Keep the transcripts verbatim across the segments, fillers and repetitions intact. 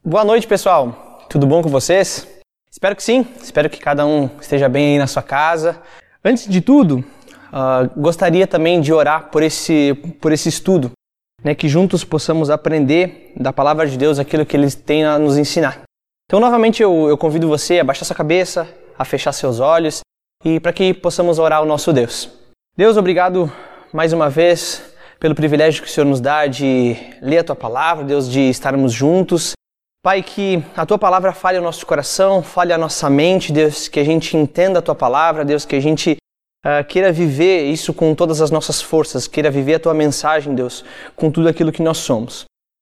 Boa noite, pessoal. Tudo bom com vocês? Espero que sim. Espero que cada um esteja bem aí na sua casa. Antes de tudo, uh, gostaria também de orar por esse, por esse estudo, né, que juntos possamos aprender da Palavra de Deus aquilo que Ele tem a nos ensinar. Então, novamente, eu, eu convido você a baixar sua cabeça, a fechar seus olhos e para que possamos orar ao nosso Deus. Deus, obrigado mais uma vez pelo privilégio que o Senhor nos dá de ler a Tua Palavra, Deus, de estarmos juntos. Pai, que a Tua Palavra fale ao nosso coração, fale à nossa mente, Deus, que a gente entenda a Tua Palavra, Deus, que a gente uh, queira viver isso com todas as nossas forças, queira viver a Tua mensagem, Deus, com tudo aquilo que nós somos.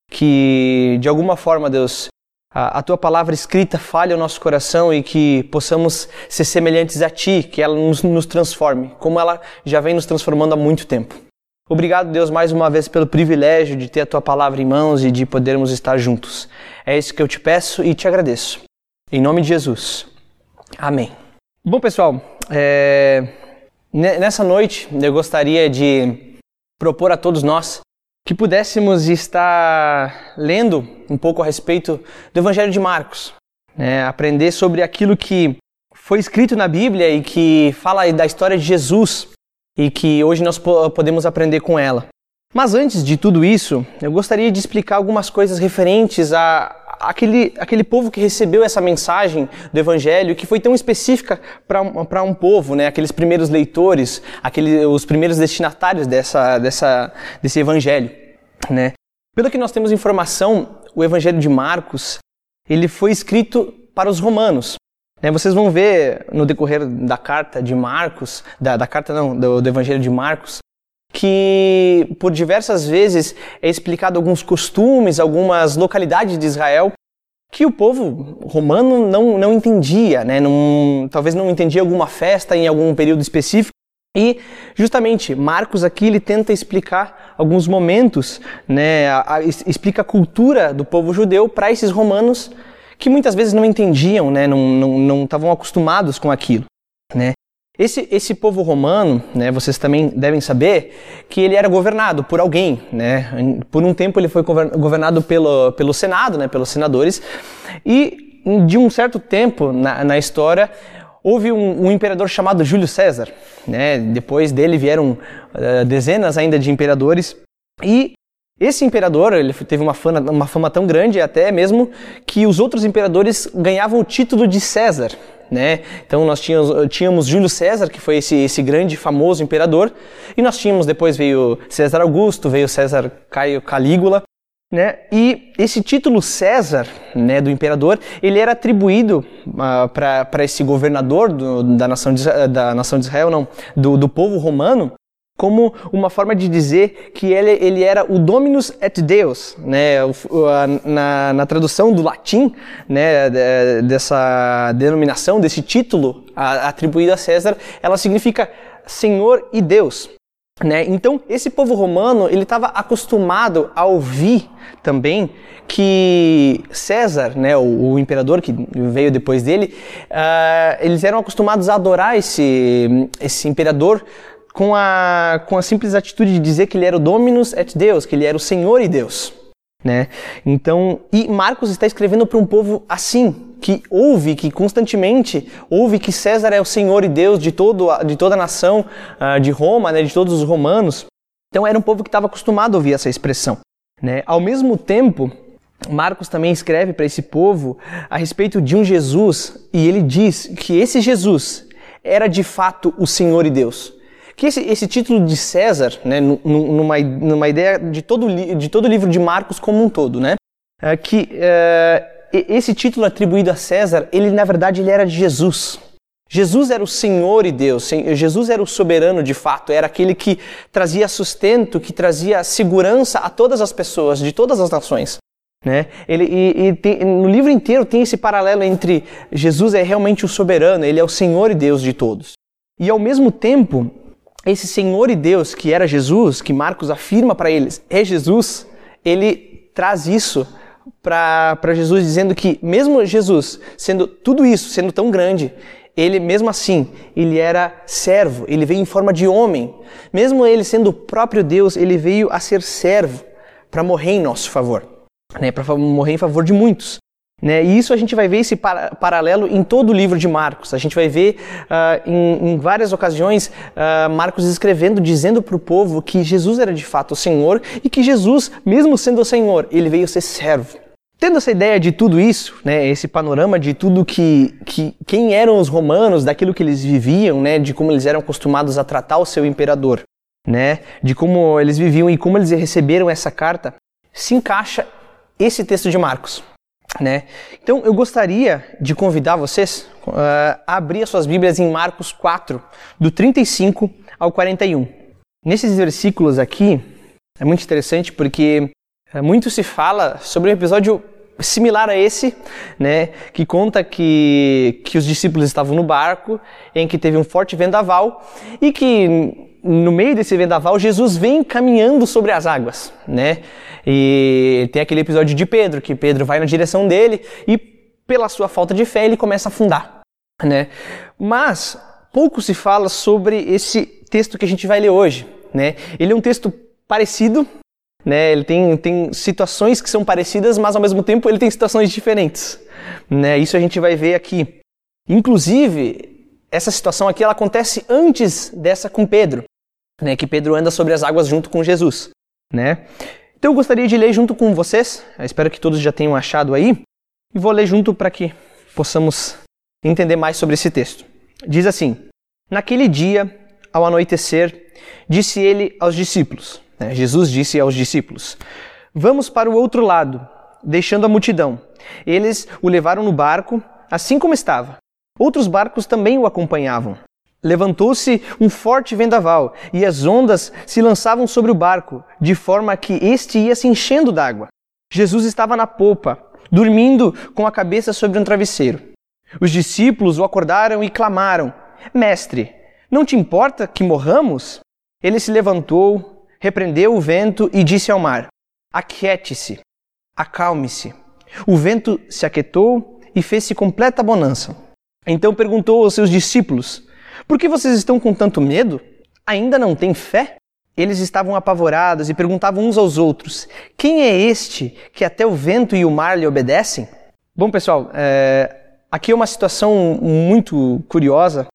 Que, de alguma forma, Deus, a, a Tua Palavra escrita fale ao nosso coração e que possamos ser semelhantes a Ti, que ela nos, nos transforme, como ela já vem nos transformando há muito tempo. Obrigado, Deus, mais uma vez pelo privilégio de ter a Tua Palavra em mãos e de podermos estar juntos. É isso que eu te peço e te agradeço. Em nome de Jesus. Amém. Bom, pessoal, é... nessa noite eu gostaria de propor a todos nós que pudéssemos estar lendo um pouco a respeito do Evangelho de Marcos, né? Aprender sobre aquilo que foi escrito na Bíblia e que fala da história de Jesus, e que hoje nós podemos aprender com ela. Mas antes de tudo isso, eu gostaria de explicar algumas coisas referentes a aquele, aquele povo que recebeu essa mensagem do Evangelho, que foi tão específica para um, para um povo, né? Aqueles primeiros leitores, aqueles, os primeiros destinatários dessa, dessa, desse Evangelho, né? Pelo que nós temos informação, o Evangelho de Marcos, ele foi escrito para os romanos. Vocês vão ver no decorrer da carta de Marcos, da, da carta não, do, do Evangelho de Marcos, que por diversas vezes é explicado alguns costumes, algumas localidades de Israel que o povo romano não, não entendia, né? não, talvez não entendia alguma festa em algum período específico. E justamente Marcos aqui ele tenta explicar alguns momentos, né? a, a, explica a cultura do povo judeu para esses romanos que muitas vezes não entendiam, né, não, não, não estavam acostumados com aquilo, né. Esse, esse povo romano, né, vocês também devem saber que ele era governado por alguém, né. Por um tempo ele foi governado pelo, pelo Senado, né, pelos senadores, e de um certo tempo na, na história houve um, um imperador chamado Júlio César, né. Depois dele vieram uh, dezenas ainda de imperadores e esse imperador ele teve uma fama, uma fama tão grande até mesmo que os outros imperadores ganhavam o título de César, né? Então nós tínhamos, tínhamos Júlio César, que foi esse, esse grande famoso imperador, e nós tínhamos, depois veio César Augusto, veio César Caio Calígula, né? E esse título César, né, do imperador, ele era atribuído uh, para esse governador do, da, nação de, da nação de Israel, não, do, do povo romano, como uma forma de dizer que ele, ele era o Dominus et Deus, né? na, na tradução do latim, né, dessa denominação, desse título atribuído a César, ela significa Senhor e Deus. Né? Então, esse povo romano ele estava acostumado a ouvir também que César, né, o, o imperador que veio depois dele, uh, eles eram acostumados a adorar esse, esse imperador com a, com a simples atitude de dizer que ele era o Dominus et Deus, que ele era o Senhor e Deus, né? Então, e Marcos está escrevendo para um povo assim, que ouve, que constantemente ouve que César é o Senhor e Deus de, todo, de toda a nação uh, de Roma, né, de todos os romanos. Então era um povo que estava acostumado a ouvir essa expressão, né? Ao mesmo tempo, Marcos também escreve para esse povo a respeito de um Jesus, e ele diz que esse Jesus era de fato o Senhor e Deus. Que esse, esse título de César, né, numa, numa ideia de todo, de todo o livro de Marcos como um todo, né, é que é, esse título atribuído a César, ele na verdade ele era de Jesus. Jesus era o Senhor e Deus, Jesus era o soberano de fato, era aquele que trazia sustento, que trazia segurança a todas as pessoas, de todas as nações. Né? Ele, e, e tem, no livro inteiro tem esse paralelo entre Jesus é realmente o soberano, ele é o Senhor e Deus de todos. E ao mesmo tempo, esse Senhor e Deus, que era Jesus, que Marcos afirma para eles, é Jesus, ele traz isso para Jesus, dizendo que mesmo Jesus, sendo tudo isso, sendo tão grande, ele mesmo assim, ele era servo, ele veio em forma de homem. Mesmo ele sendo o próprio Deus, ele veio a ser servo para morrer em nosso favor, né? Para morrer em favor de muitos. Né? E isso a gente vai ver esse para- paralelo em todo o livro de Marcos. A gente vai ver uh, em, em várias ocasiões uh, Marcos escrevendo, dizendo para o povo que Jesus era de fato o Senhor e que Jesus, mesmo sendo o Senhor, ele veio ser servo. Tendo essa ideia de tudo isso, né, esse panorama de tudo que, que quem eram os romanos, daquilo que eles viviam, né, de como eles eram acostumados a tratar o seu imperador, né, de como eles viviam e como eles receberam essa carta, se encaixa esse texto de Marcos. Né? Então eu gostaria de convidar vocês uh, a abrir as suas Bíblias em Marcos quatro, do trinta e cinco ao quarenta e um. Nesses versículos aqui, é muito interessante porque uh, muito se fala sobre um episódio similar a esse, né, que conta que, que os discípulos estavam no barco, em que teve um forte vendaval e que no meio desse vendaval Jesus vem caminhando sobre as águas, né? E tem aquele episódio de Pedro, que Pedro vai na direção dele e pela sua falta de fé ele começa a afundar, né? Mas pouco se fala sobre esse texto que a gente vai ler hoje, né? Ele é um texto parecido, né? Ele tem, tem situações que são parecidas, mas ao mesmo tempo ele tem situações diferentes, né? Isso a gente vai ver aqui. Inclusive, essa situação aqui ela acontece antes dessa com Pedro, né? Que Pedro anda sobre as águas junto com Jesus, né? Então eu gostaria de ler junto com vocês, eu espero que todos já tenham achado aí, e vou ler junto para que possamos entender mais sobre esse texto. Diz assim: naquele dia, ao anoitecer, disse ele aos discípulos, né, Jesus disse aos discípulos, vamos para o outro lado, deixando a multidão. Eles o levaram no barco, assim como estava. Outros barcos também o acompanhavam. Levantou-se um forte vendaval e as ondas se lançavam sobre o barco, de forma que este ia se enchendo d'água. Jesus estava na popa, dormindo com a cabeça sobre um travesseiro. Os discípulos o acordaram e clamaram, Mestre, não te importa que morramos? Ele se levantou, repreendeu o vento e disse ao mar, Aquiete-se, acalme-se. O vento se aquietou e fez-se completa bonança. Então perguntou aos seus discípulos, por que vocês estão com tanto medo? Ainda não têm fé? Eles estavam apavorados e perguntavam uns aos outros, quem é este que até o vento e o mar lhe obedecem? Bom, pessoal, é, aqui é uma situação muito curiosa.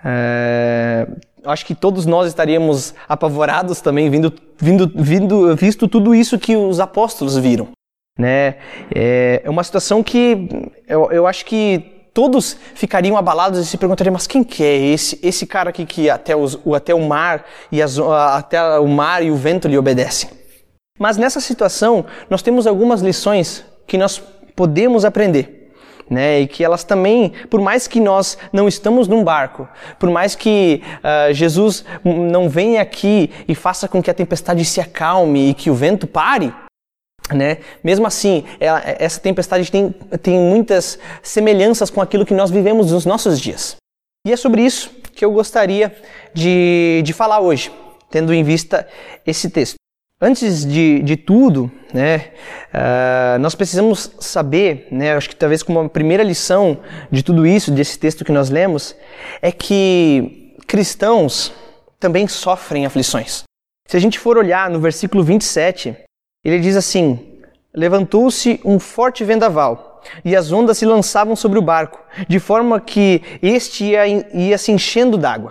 É, acho que todos nós estaríamos apavorados também, vindo, vindo, vindo, visto tudo isso que os apóstolos viram. Né? É, é uma situação que eu, eu acho que todos ficariam abalados e se perguntariam, mas quem que é esse, esse cara aqui que até, os, o, até o mar e as, até o mar e o vento lhe obedecem? Mas nessa situação, nós temos algumas lições que nós podemos aprender, né? E que elas também, por mais que nós não estamos num barco, por mais que uh, Jesus não venha aqui e faça com que a tempestade se acalme e que o vento pare, né? Mesmo assim, ela, essa tempestade tem, tem muitas semelhanças com aquilo que nós vivemos nos nossos dias. E é sobre isso que eu gostaria de, de falar hoje, tendo em vista esse texto. Antes de, de tudo, né, uh, nós precisamos saber, né, acho que talvez como uma primeira lição de tudo isso, desse texto que nós lemos, é que cristãos também sofrem aflições. Se a gente for olhar no versículo vinte e sete, ele diz assim, levantou-se um forte vendaval e as ondas se lançavam sobre o barco, de forma que este ia, ia se enchendo d'água.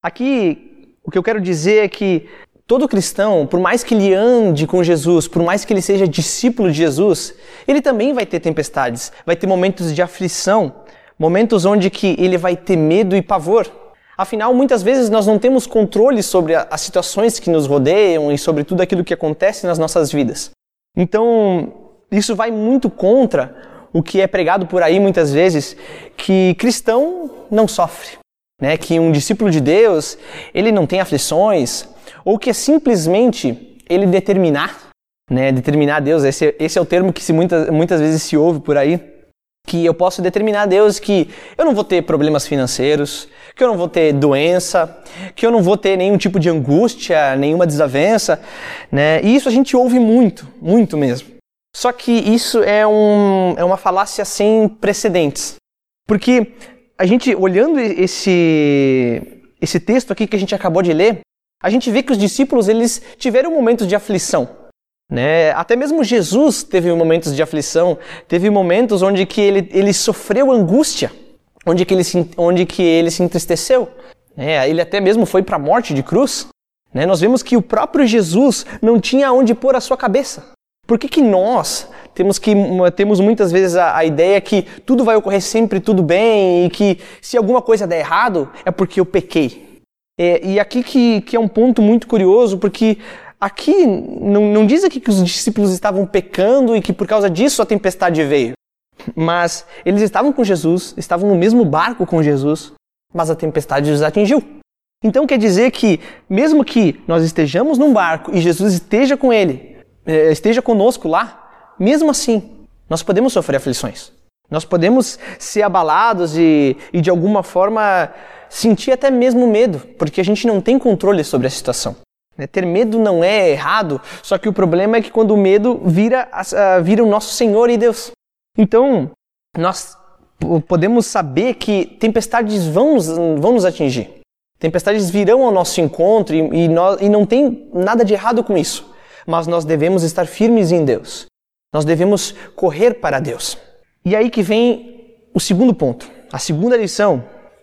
Aqui, o que eu quero dizer é que todo cristão, por mais que ele ande com Jesus, por mais que ele seja discípulo de Jesus, ele também vai ter tempestades, vai ter momentos de aflição, momentos onde que ele vai ter medo e pavor. Afinal, muitas vezes nós não temos controle sobre as situações que nos rodeiam e sobre tudo aquilo que acontece nas nossas vidas. Então, isso vai muito contra o que é pregado por aí muitas vezes, que cristão não sofre, né? Que um discípulo de Deus, ele não tem aflições, ou que é simplesmente ele determinar, né? Determinar Deus, esse, esse é o termo que se muitas, muitas vezes se ouve por aí, que eu posso determinar a Deus que eu não vou ter problemas financeiros, que eu não vou ter doença, que eu não vou ter nenhum tipo de angústia, nenhuma desavença, né? E isso a gente ouve muito, muito mesmo. Só que isso é, um, é uma falácia sem precedentes. Porque a gente, olhando esse, esse texto aqui que a gente acabou de ler, a gente vê que os discípulos eles tiveram momentos de aflição. Né? Até mesmo Jesus teve momentos de aflição, teve momentos onde que ele, ele sofreu angústia, onde que ele se, onde que ele se entristeceu. Né? Ele até mesmo foi para a morte de cruz. Né? Nós vemos que o próprio Jesus não tinha onde pôr a sua cabeça. Por que que nós temos, que, temos muitas vezes a, a ideia que tudo vai ocorrer sempre tudo bem e que se alguma coisa der errado é porque eu pequei? É, e aqui que, que é um ponto muito curioso, porque aqui não, não diz aqui que os discípulos estavam pecando e que por causa disso a tempestade veio. Mas eles estavam com Jesus, estavam no mesmo barco com Jesus, mas a tempestade os atingiu. Então quer dizer que mesmo que nós estejamos num barco e Jesus esteja com ele, esteja conosco lá, mesmo assim, nós podemos sofrer aflições. Nós podemos ser abalados e, e de alguma forma sentir até mesmo medo, porque a gente não tem controle sobre a situação. Ter medo não é errado, só que o problema é que quando o medo vira, vira o nosso Senhor e Deus. Então, nós podemos saber que tempestades vão nos, vão nos atingir. Tempestades virão ao nosso encontro e, e, nós, e não tem nada de errado com isso. Mas nós devemos estar firmes em Deus. Nós devemos correr para Deus. E aí que vem o segundo ponto. A segunda lição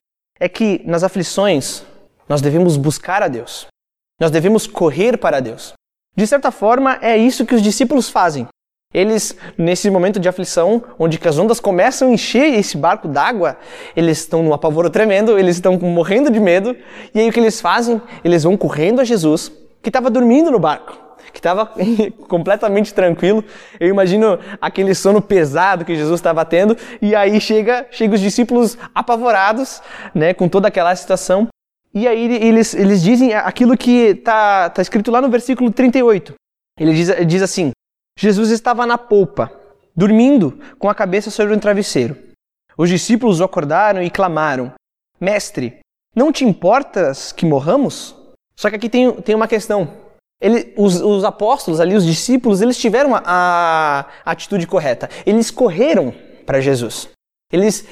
é que nas aflições nós devemos buscar a Deus. Nós devemos correr para Deus. De certa forma, é isso que os discípulos fazem. Eles, nesse momento de aflição, onde que as ondas começam a encher esse barco d'água, eles estão num apavoro tremendo, eles estão morrendo de medo, e aí o que eles fazem? Eles vão correndo a Jesus, que estava dormindo no barco, que estava completamente tranquilo. Eu imagino aquele sono pesado que Jesus estava tendo, e aí chega, chega os discípulos apavorados, né, com toda aquela situação, e aí eles, eles dizem aquilo que está tá escrito lá no versículo trinta e oito. Ele diz, diz assim: Jesus estava na polpa, dormindo com a cabeça sobre um travesseiro. Os discípulos o acordaram e clamaram: Mestre, não te importas que morramos? Só que aqui tem, tem uma questão. Ele, os, os apóstolos ali, os discípulos, eles tiveram a, a atitude correta. Eles correram para Jesus. Eles,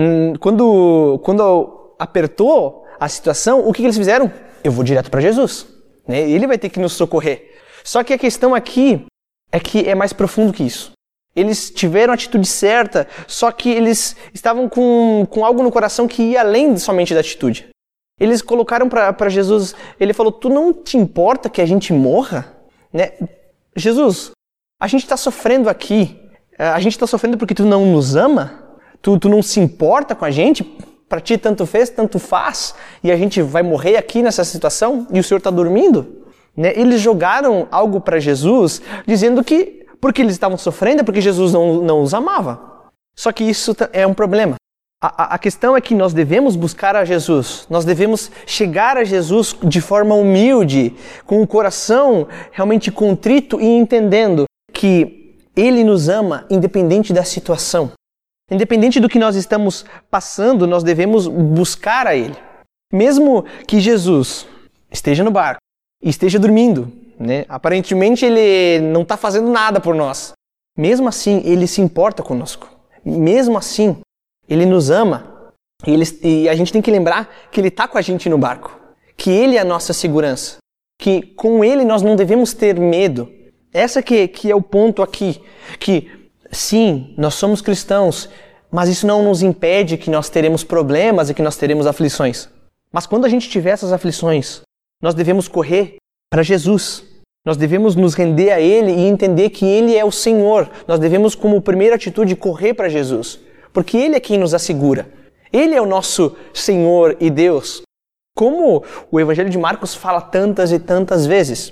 quando, quando apertou a situação, o que eles fizeram? Eu vou direto para Jesus. Né? Ele vai ter que nos socorrer. Só que a questão aqui é que é mais profundo que isso. Eles tiveram a atitude certa, só que eles estavam com, com algo no coração que ia além somente da atitude. Eles colocaram para Jesus, ele falou: tu não te importa que a gente morra? Né? Jesus, a gente está sofrendo aqui, a gente está sofrendo porque tu não nos ama? Tu, tu não se importa com a gente? Para ti tanto fez, tanto faz, e a gente vai morrer aqui nessa situação e o Senhor está dormindo? Né? Eles jogaram algo para Jesus, dizendo que porque eles estavam sofrendo é porque Jesus não, não os amava. Só que isso é um problema. A, a, a questão é que nós devemos buscar a Jesus, nós devemos chegar a Jesus de forma humilde, com o coração realmente contrito e entendendo que Ele nos ama independente da situação. Independente do que nós estamos passando, nós devemos buscar a Ele. Mesmo que Jesus esteja no barco e esteja dormindo, né? Aparentemente Ele não está fazendo nada por nós. Mesmo assim, Ele se importa conosco. Mesmo assim, Ele nos ama. E, ele, e a gente tem que lembrar que Ele está com a gente no barco. Que Ele é a nossa segurança. Que com Ele nós não devemos ter medo. Essa que, que é o ponto aqui. Que sim, nós somos cristãos, mas isso não nos impede que nós teremos problemas e que nós teremos aflições. Mas quando a gente tiver essas aflições, nós devemos correr para Jesus. Nós devemos nos render a Ele e entender que Ele é o Senhor. Nós devemos, como primeira atitude, correr para Jesus, porque Ele é quem nos assegura. Ele é o nosso Senhor e Deus. Como o Evangelho de Marcos fala tantas e tantas vezes.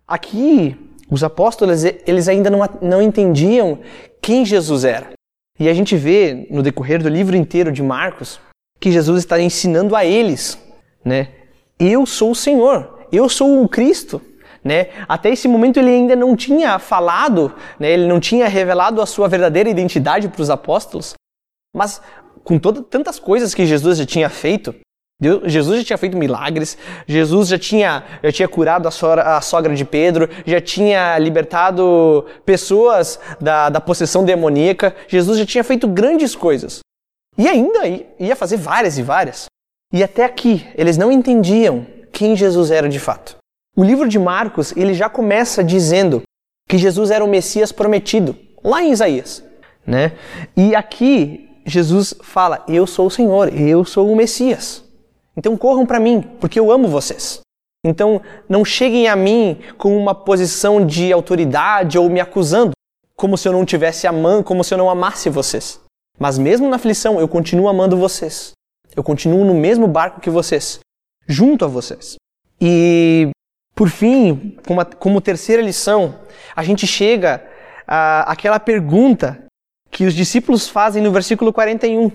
Aqui, os apóstolos, eles ainda não, não entendiam quem Jesus era. E a gente vê, no decorrer do livro inteiro de Marcos, que Jesus está ensinando a eles, né? Eu sou o Senhor, eu sou o Cristo. Né? Até esse momento ele ainda não tinha falado, né? Ele não tinha revelado a sua verdadeira identidade para os apóstolos. Mas com todas tantas coisas que Jesus já tinha feito, Deus, Jesus já tinha feito milagres, Jesus já tinha, já tinha curado a sogra, a sogra de Pedro, já tinha libertado pessoas da, da possessão demoníaca, Jesus já tinha feito grandes coisas. E ainda ia fazer várias e várias. E até aqui, eles não entendiam quem Jesus era de fato. O livro de Marcos, ele já começa dizendo que Jesus era o Messias prometido, lá em Isaías, né? E aqui Jesus fala, eu sou o Senhor, eu sou o Messias. Então corram para mim, porque eu amo vocês. Então não cheguem a mim com uma posição de autoridade ou me acusando, como se eu não tivesse amando, como se eu não amasse vocês. Mas mesmo na aflição, eu continuo amando vocês. Eu continuo no mesmo barco que vocês, junto a vocês. E, por fim, como, como terceira lição, a gente chega à, àquela pergunta que os discípulos fazem no versículo quarenta e um.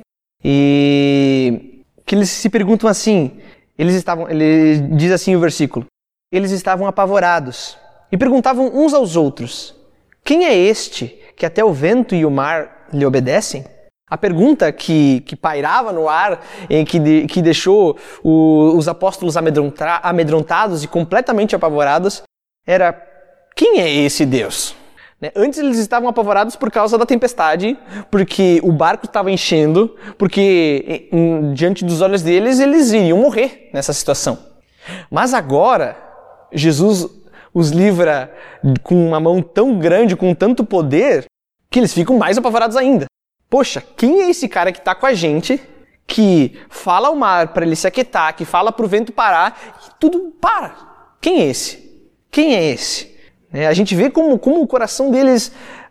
E que eles se perguntam assim, eles estavam, ele diz assim o versículo, eles estavam apavorados e perguntavam uns aos outros, quem é este que até o vento e o mar lhe obedecem? A pergunta que, que pairava no ar, e que, de, que deixou o, os apóstolos amedronta, amedrontados e completamente apavorados, era, quem é esse Deus? Né? Antes eles estavam apavorados por causa da tempestade, porque o barco estava enchendo, porque em, diante dos olhos deles eles iriam morrer nessa situação. Mas agora, Jesus os livra com uma mão tão grande, com tanto poder, que eles ficam mais apavorados ainda. Poxa, quem é esse cara que está com a gente, que fala ao mar para ele se aquietar, que fala para o vento parar, e tudo para? Quem é esse? Quem é esse? É, a gente vê como, como o coração deles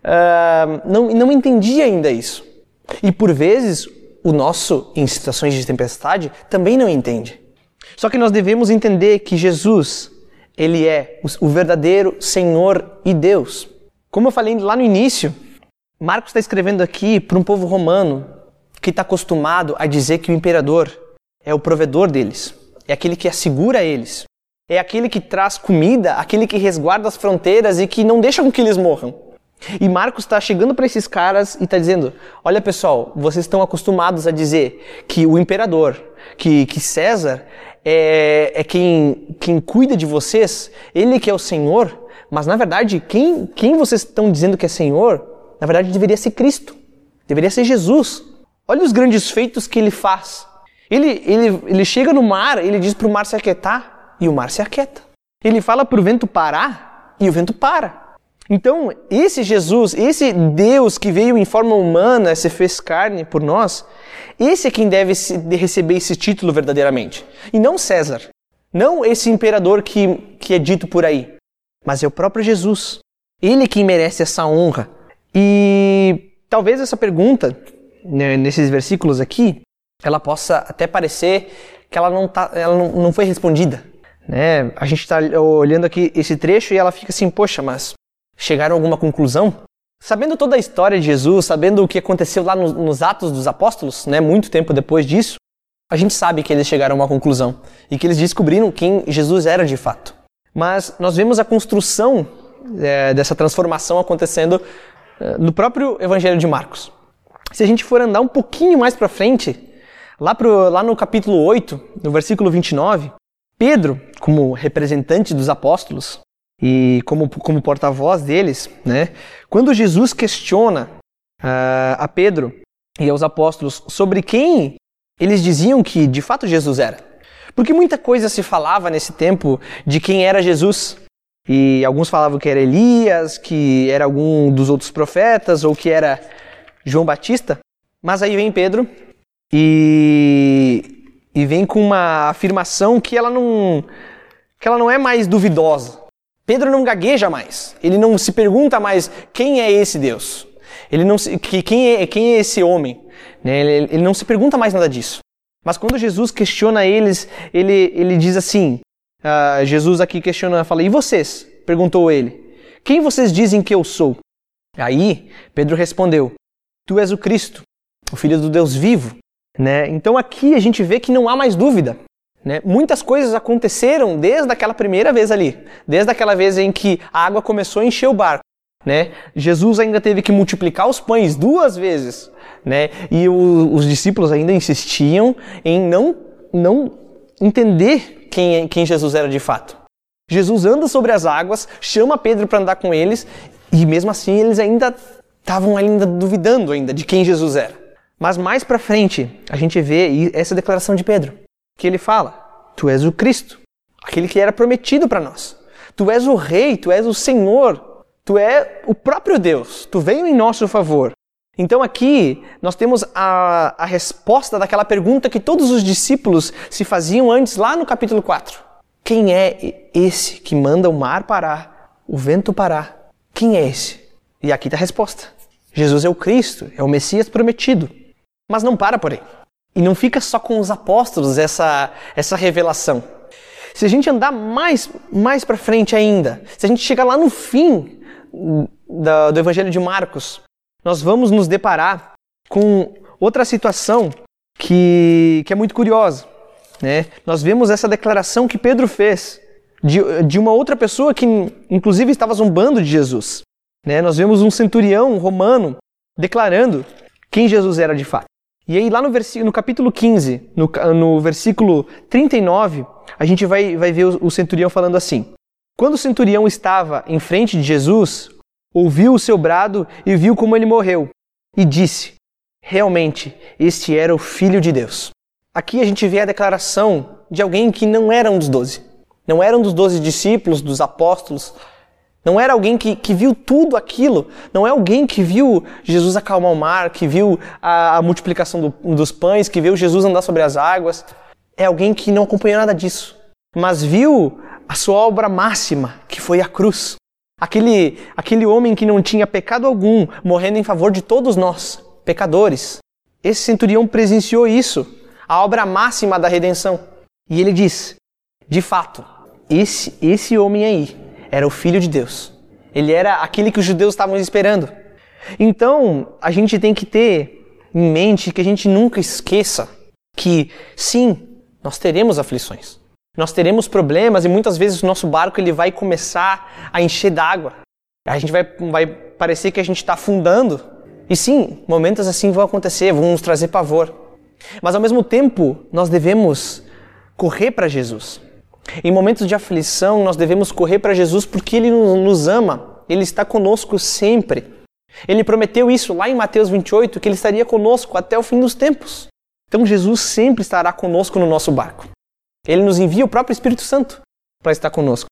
uh, não, não entendia ainda isso. E por vezes, o nosso, em situações de tempestade, também não entende. Só que nós devemos entender que Jesus, Ele é o verdadeiro Senhor e Deus. Como eu falei lá no início, Marcos está escrevendo aqui para um povo romano que está acostumado a dizer que o imperador é o provedor deles, é aquele que assegura eles, é aquele que traz comida, aquele que resguarda as fronteiras e que não deixa com que eles morram. E Marcos está chegando para esses caras e está dizendo, olha pessoal, vocês estão acostumados a dizer que o imperador, que, que César é, é quem, quem cuida de vocês, ele que é o Senhor, mas na verdade quem, quem vocês estão dizendo que é Senhor, na verdade, deveria ser Cristo. Deveria ser Jesus. Olha os grandes feitos que ele faz. Ele, ele, ele chega no mar, ele diz para o mar se aquietar, e o mar se aquieta. Ele fala para o vento parar, e o vento para. Então, esse Jesus, esse Deus que veio em forma humana, se fez carne por nós, esse é quem deve receber esse título verdadeiramente. E não César. Não esse imperador que, que é dito por aí. Mas é o próprio Jesus. Ele quem merece essa honra. E talvez essa pergunta, né, nesses versículos aqui, ela possa até parecer que ela não, tá, ela não, não foi respondida. Né? A gente está olhando aqui esse trecho e ela fica assim, poxa, mas chegaram a alguma conclusão? Sabendo toda a história de Jesus, sabendo o que aconteceu lá no, nos Atos dos Apóstolos, né, muito tempo depois disso, a gente sabe que eles chegaram a uma conclusão e que eles descobriram quem Jesus era de fato. Mas nós vemos a construção é, dessa transformação acontecendo no próprio Evangelho de Marcos. Se a gente for andar um pouquinho mais para frente, lá, pro, lá no capítulo oito, no versículo vinte e nove, Pedro, como representante dos apóstolos e como, como porta-voz deles, né, quando Jesus questiona uh, a Pedro e aos apóstolos sobre quem eles diziam que de fato Jesus era. Porque muita coisa se falava nesse tempo de quem era Jesus. E alguns falavam que era Elias, que era algum dos outros profetas, ou que era João Batista. Mas aí vem Pedro e, e vem com uma afirmação que ela, não, que ela não é mais duvidosa. Pedro não gagueja mais. Ele não se pergunta mais quem é esse Deus. Ele não se, que, quem, é, quem é esse homem. Né? Ele, ele não se pergunta mais nada disso. Mas quando Jesus questiona eles, ele, ele diz assim... Uh, Jesus aqui questiona, fala, e vocês? Perguntou ele. Quem vocês dizem que eu sou? Aí, Pedro respondeu, tu és o Cristo, o Filho do Deus vivo. Né? Então aqui a gente vê que não há mais dúvida. Né? Muitas coisas aconteceram desde aquela primeira vez ali, desde aquela vez em que a água começou a encher o barco. Né? Jesus ainda teve que multiplicar os pães duas vezes. Né? E o, os discípulos ainda insistiam em não, não entender Quem, quem Jesus era de fato. Jesus anda sobre as águas, chama Pedro para andar com eles, e mesmo assim eles ainda estavam ainda duvidando ainda de quem Jesus era. Mas mais para frente, a gente vê essa declaração de Pedro, que ele fala, tu és o Cristo, aquele que era prometido para nós. Tu és o Rei, tu és o Senhor, tu Tu é o próprio Deus, tu veio em nosso favor. Então aqui nós temos a, a resposta daquela pergunta que todos os discípulos se faziam antes, lá no capítulo quatro. Quem é esse que manda o mar parar, o vento parar? Quem é esse? E aqui está a resposta. Jesus é o Cristo, é o Messias prometido. Mas não para por aí. E não fica só com os apóstolos essa, essa revelação. Se a gente andar mais, mais para frente ainda, se a gente chegar lá no fim do, do Evangelho de Marcos, nós vamos nos deparar com outra situação que, que é muito curiosa, né? Nós vemos essa declaração que Pedro fez de, de uma outra pessoa que inclusive estava zombando de Jesus, né? Nós vemos um centurião romano declarando quem Jesus era de fato. E aí lá no, versículo, no capítulo quinze, no, no versículo trinta e nove, a gente vai, vai ver o, o centurião falando assim: quando o centurião estava em frente de Jesus, ouviu o seu brado e viu como ele morreu, e disse: realmente, este era o Filho de Deus. Aqui a gente vê a declaração de alguém que não era um dos doze. Não era um dos doze discípulos, dos apóstolos. Não era alguém que, que viu tudo aquilo. Não é alguém que viu Jesus acalmar o mar, que viu a, a multiplicação do, dos pães, que viu Jesus andar sobre as águas. É alguém que não acompanhou nada disso, mas viu a sua obra máxima, que foi a cruz. Aquele, aquele homem que não tinha pecado algum, morrendo em favor de todos nós, pecadores. Esse centurião presenciou isso, a obra máxima da redenção. E ele diz, de fato, esse, esse homem aí era o Filho de Deus. Ele era aquele que os judeus estavam esperando. Então, a gente tem que ter em mente que a gente nunca esqueça que, sim, nós teremos aflições. Nós teremos problemas e muitas vezes o nosso barco ele vai começar a encher d'água. A gente vai, vai parecer que a gente está afundando. E sim, momentos assim vão acontecer, vão nos trazer pavor. Mas ao mesmo tempo, nós devemos correr para Jesus. Em momentos de aflição, nós devemos correr para Jesus porque Ele nos ama. Ele está conosco sempre. Ele prometeu isso lá em Mateus vinte e oito, que Ele estaria conosco até o fim dos tempos. Então Jesus sempre estará conosco no nosso barco. Ele nos envia o próprio Espírito Santo para estar conosco.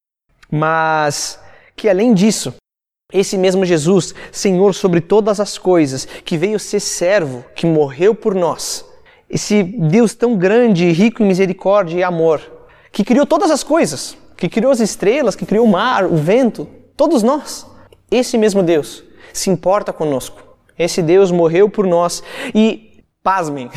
Mas que além disso, esse mesmo Jesus, Senhor sobre todas as coisas, que veio ser servo, que morreu por nós, esse Deus tão grande, rico em misericórdia e amor, que criou todas as coisas, que criou as estrelas, que criou o mar, o vento, todos nós, esse mesmo Deus se importa conosco. Esse Deus morreu por nós e, pasmem,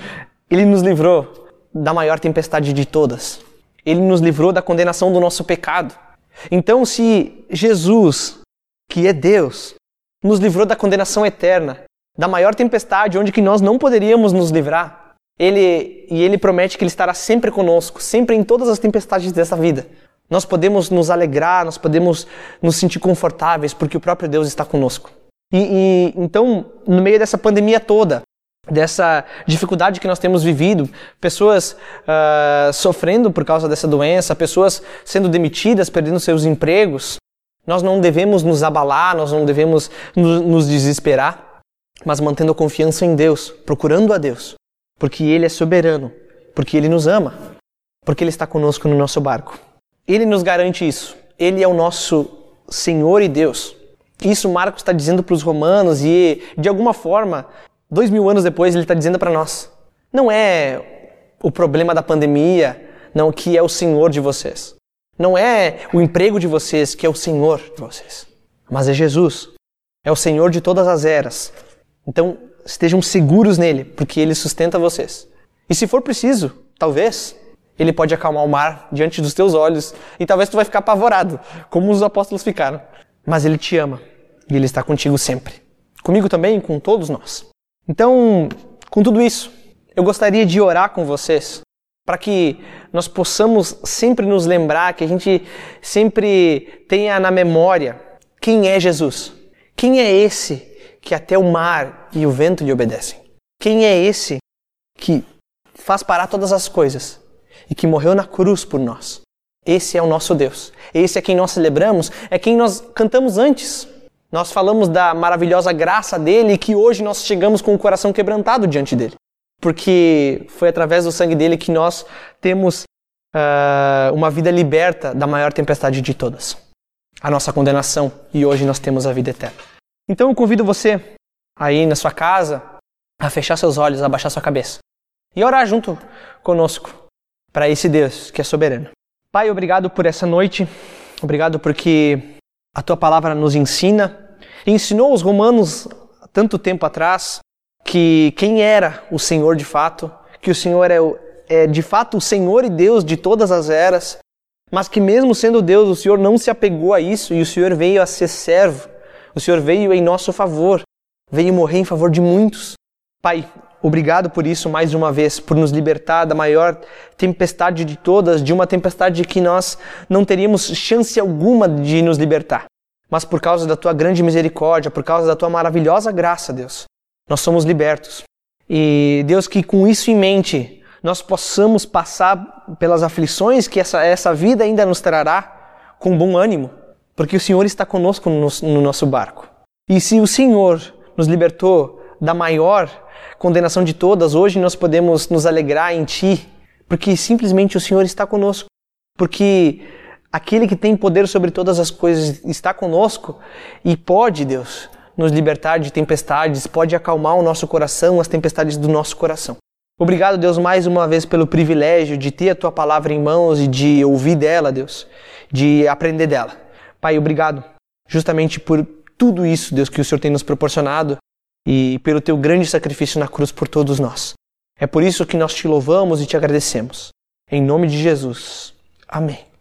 Ele nos livrou da maior tempestade de todas. Ele nos livrou da condenação do nosso pecado. Então, se Jesus, que é Deus, nos livrou da condenação eterna, da maior tempestade onde que nós não poderíamos nos livrar, Ele, e Ele promete que Ele estará sempre conosco, sempre em todas as tempestades dessa vida. Nós podemos nos alegrar, nós podemos nos sentir confortáveis, porque o próprio Deus está conosco. E, e então, no meio dessa pandemia toda, dessa dificuldade que nós temos vivido, pessoas uh, sofrendo por causa dessa doença, pessoas sendo demitidas, perdendo seus empregos, nós não devemos nos abalar, nós não devemos nos, nos desesperar, mas mantendo a confiança em Deus, procurando a Deus, porque Ele é soberano, porque Ele nos ama, porque Ele está conosco no nosso barco. Ele nos garante isso. Ele é o nosso Senhor e Deus. Isso Marcos está dizendo para os romanos e, de alguma forma, dois mil anos depois, ele está dizendo para nós. Não é o problema da pandemia, não, que é o Senhor de vocês. Não é o emprego de vocês, que é o Senhor de vocês. Mas é Jesus. É o Senhor de todas as eras. Então, estejam seguros nele, porque Ele sustenta vocês. E se for preciso, talvez, Ele pode acalmar o mar diante dos teus olhos e talvez tu vai ficar apavorado, como os apóstolos ficaram. Mas Ele te ama e Ele está contigo sempre. Comigo também e com todos nós. Então, com tudo isso, eu gostaria de orar com vocês para que nós possamos sempre nos lembrar, que a gente sempre tenha na memória quem é Jesus. Quem é esse que até o mar e o vento lhe obedecem? Quem é esse que faz parar todas as coisas e que morreu na cruz por nós? Esse é o nosso Deus. Esse é quem nós celebramos, é quem nós cantamos antes. Nós falamos da maravilhosa graça dele e que hoje nós chegamos com o coração quebrantado diante dele. Porque foi através do sangue dele que nós temos uh, uma vida liberta da maior tempestade de todas. a nossa condenação e hoje nós temos a vida eterna. Então eu convido você aí na sua casa a fechar seus olhos, a abaixar sua cabeça e orar junto conosco para esse Deus que é soberano. Pai, obrigado por essa noite, obrigado porque a Tua palavra nos ensina, e ensinou os romanos há tanto tempo atrás que quem era o Senhor de fato, que o Senhor é, é de fato o Senhor e Deus de todas as eras, mas que mesmo sendo Deus, o Senhor não se apegou a isso e o Senhor veio a ser servo, o Senhor veio em nosso favor, veio morrer em favor de muitos. Pai, obrigado por isso mais uma vez, por nos libertar da maior tempestade de todas, de uma tempestade que nós não teríamos chance alguma de nos libertar. Mas por causa da Tua grande misericórdia, por causa da Tua maravilhosa graça, Deus, nós somos libertos. E Deus, que com isso em mente, nós possamos passar pelas aflições que essa, essa vida ainda nos trará com bom ânimo, porque o Senhor está conosco no, no nosso barco. E se o Senhor nos libertou da maior condenação de todas, hoje nós podemos nos alegrar em Ti, porque simplesmente o Senhor está conosco, porque aquele que tem poder sobre todas as coisas está conosco e pode, Deus, nos libertar de tempestades, pode acalmar o nosso coração, as tempestades do nosso coração. Obrigado, Deus, mais uma vez pelo privilégio de ter a Tua palavra em mãos e de ouvir dela, Deus, de aprender dela. Pai, obrigado justamente por tudo isso, Deus, que o Senhor tem nos proporcionado e pelo Teu grande sacrifício na cruz por todos nós. É por isso que nós Te louvamos e Te agradecemos. Em nome de Jesus. Amém.